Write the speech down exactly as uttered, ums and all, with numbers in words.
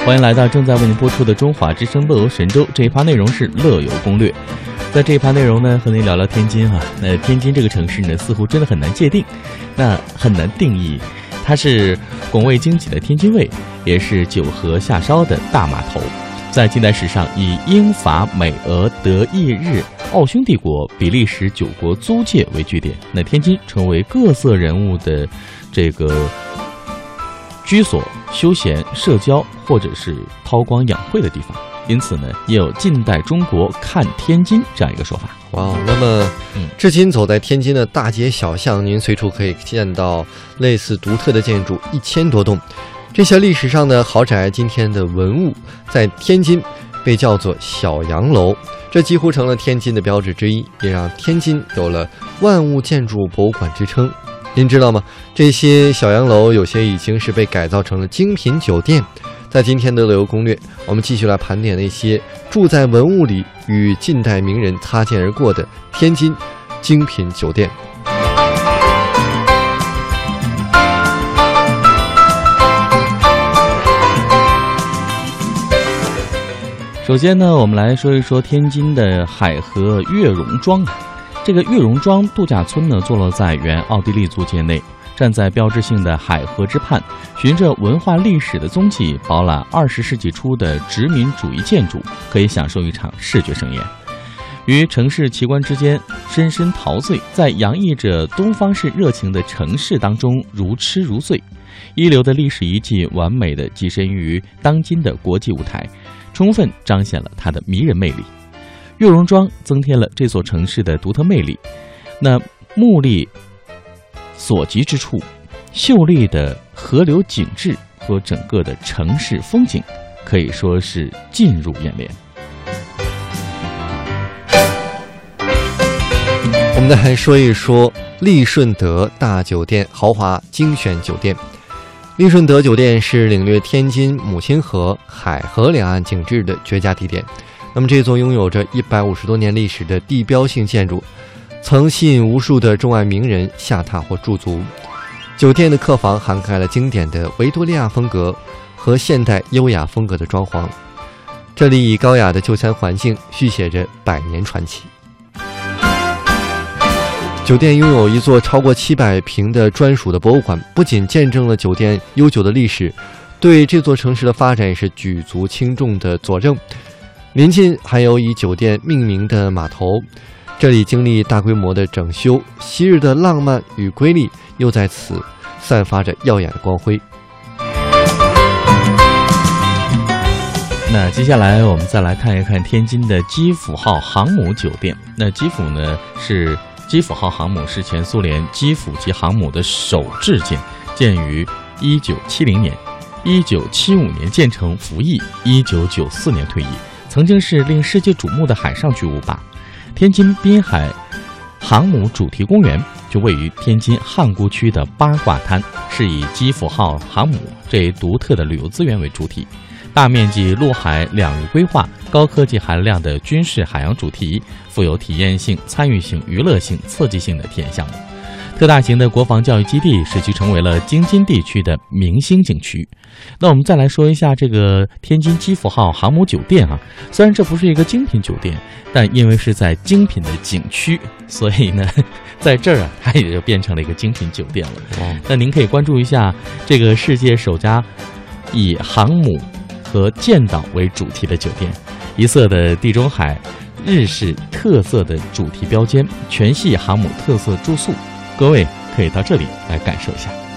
欢迎来到正在为您播出的中华之声乐游神州，这一趴内容是乐游攻略。在这一趴内容呢，和您聊聊天津啊。那天津这个城市呢，似乎真的很难界定，那很难定义。它是拱卫经济的天津卫，也是九河下梢的大码头。在近代史上，以英法美俄德意日奥匈帝国、比利时九国租界为据点，那天津成为各色人物的这个居所、休闲、社交或者是韬光养晦的地方。因此呢，也有近代中国看天津这样一个说法。 哇，那么至今走在天津的大街小巷，您随处可以见到类似独特的建筑一千多栋。这些历史上的豪宅，今天的文物，在天津被叫做小洋楼，这几乎成了天津的标志之一，也让天津有了万物建筑博物馆之称。您知道吗？这些小洋楼有些已经是被改造成了精品酒店。在今天的乐游攻略，我们继续来盘点那些住在文物里与近代名人擦肩而过的天津精品酒店。 首先呢，我们来说一说天津的海河悦榕庄。这个悦榕庄度假村呢，坐落在原奥地利租界内，站在标志性的海河之畔，循着文化历史的踪迹，饱览二十世纪初的殖民主义建筑，可以享受一场视觉盛宴。于城市奇观之间深深陶醉，在洋溢着东方式热情的城市当中如痴如醉。一流的历史遗迹完美的跻身于当今的国际舞台，充分彰显了它的迷人魅力。悦榕庄增添了这座城市的独特魅力。那目力所及之处，秀丽的河流景致和整个的城市风景，可以说是尽入眼帘。 我们再来说一说利顺德大酒店豪华精选酒店。利顺德酒店是领略天津母亲河、海河两岸景致的绝佳地点。那么这座拥有着一百五十多年历史的地标性建筑，曾吸引无数的中外名人下榻或驻足。酒店的客房涵盖了经典的维多利亚风格和现代优雅风格的装潢，这里以高雅的就餐环境续写着百年传奇。酒店拥有一座超过七百平的专属的博物馆，不仅见证了酒店悠久的历史，对这座城市的发展也是举足轻重的佐证。临近还有以酒店命名的码头，这里经历大规模的整修，昔日的浪漫与瑰丽又在此散发着耀眼的光辉。 那接下来我们再来看一看天津的基辅号航母酒店。那基辅呢是基辅号航母是前苏联基辅级航母的首制舰，建于一九七零年，一九七五年建成服役，一九九四年退役，曾经是令世界瞩目的海上巨无霸。天津滨海航母主题公园就位于天津汉沽区的八卦滩，是以基辅号航母这一独特的旅游资源为主体，大面积陆海两域规划，高科技含量的军事海洋主题，富有体验性、参与性、娱乐性、刺激性的体验项目。特大型的国防教育基地使其成为了京津地区的明星景区。那我们再来说一下这个天津基辅号航母酒店啊，虽然这不是一个精品酒店，但因为是在精品的景区，所以呢，在这儿啊，它也就变成了一个精品酒店了。哦，那您可以关注一下这个世界首家以航母和舰岛为主题的酒店，一色的地中海日式特色的主题标间，全系航母特色住宿。各位可以到这里来感受一下。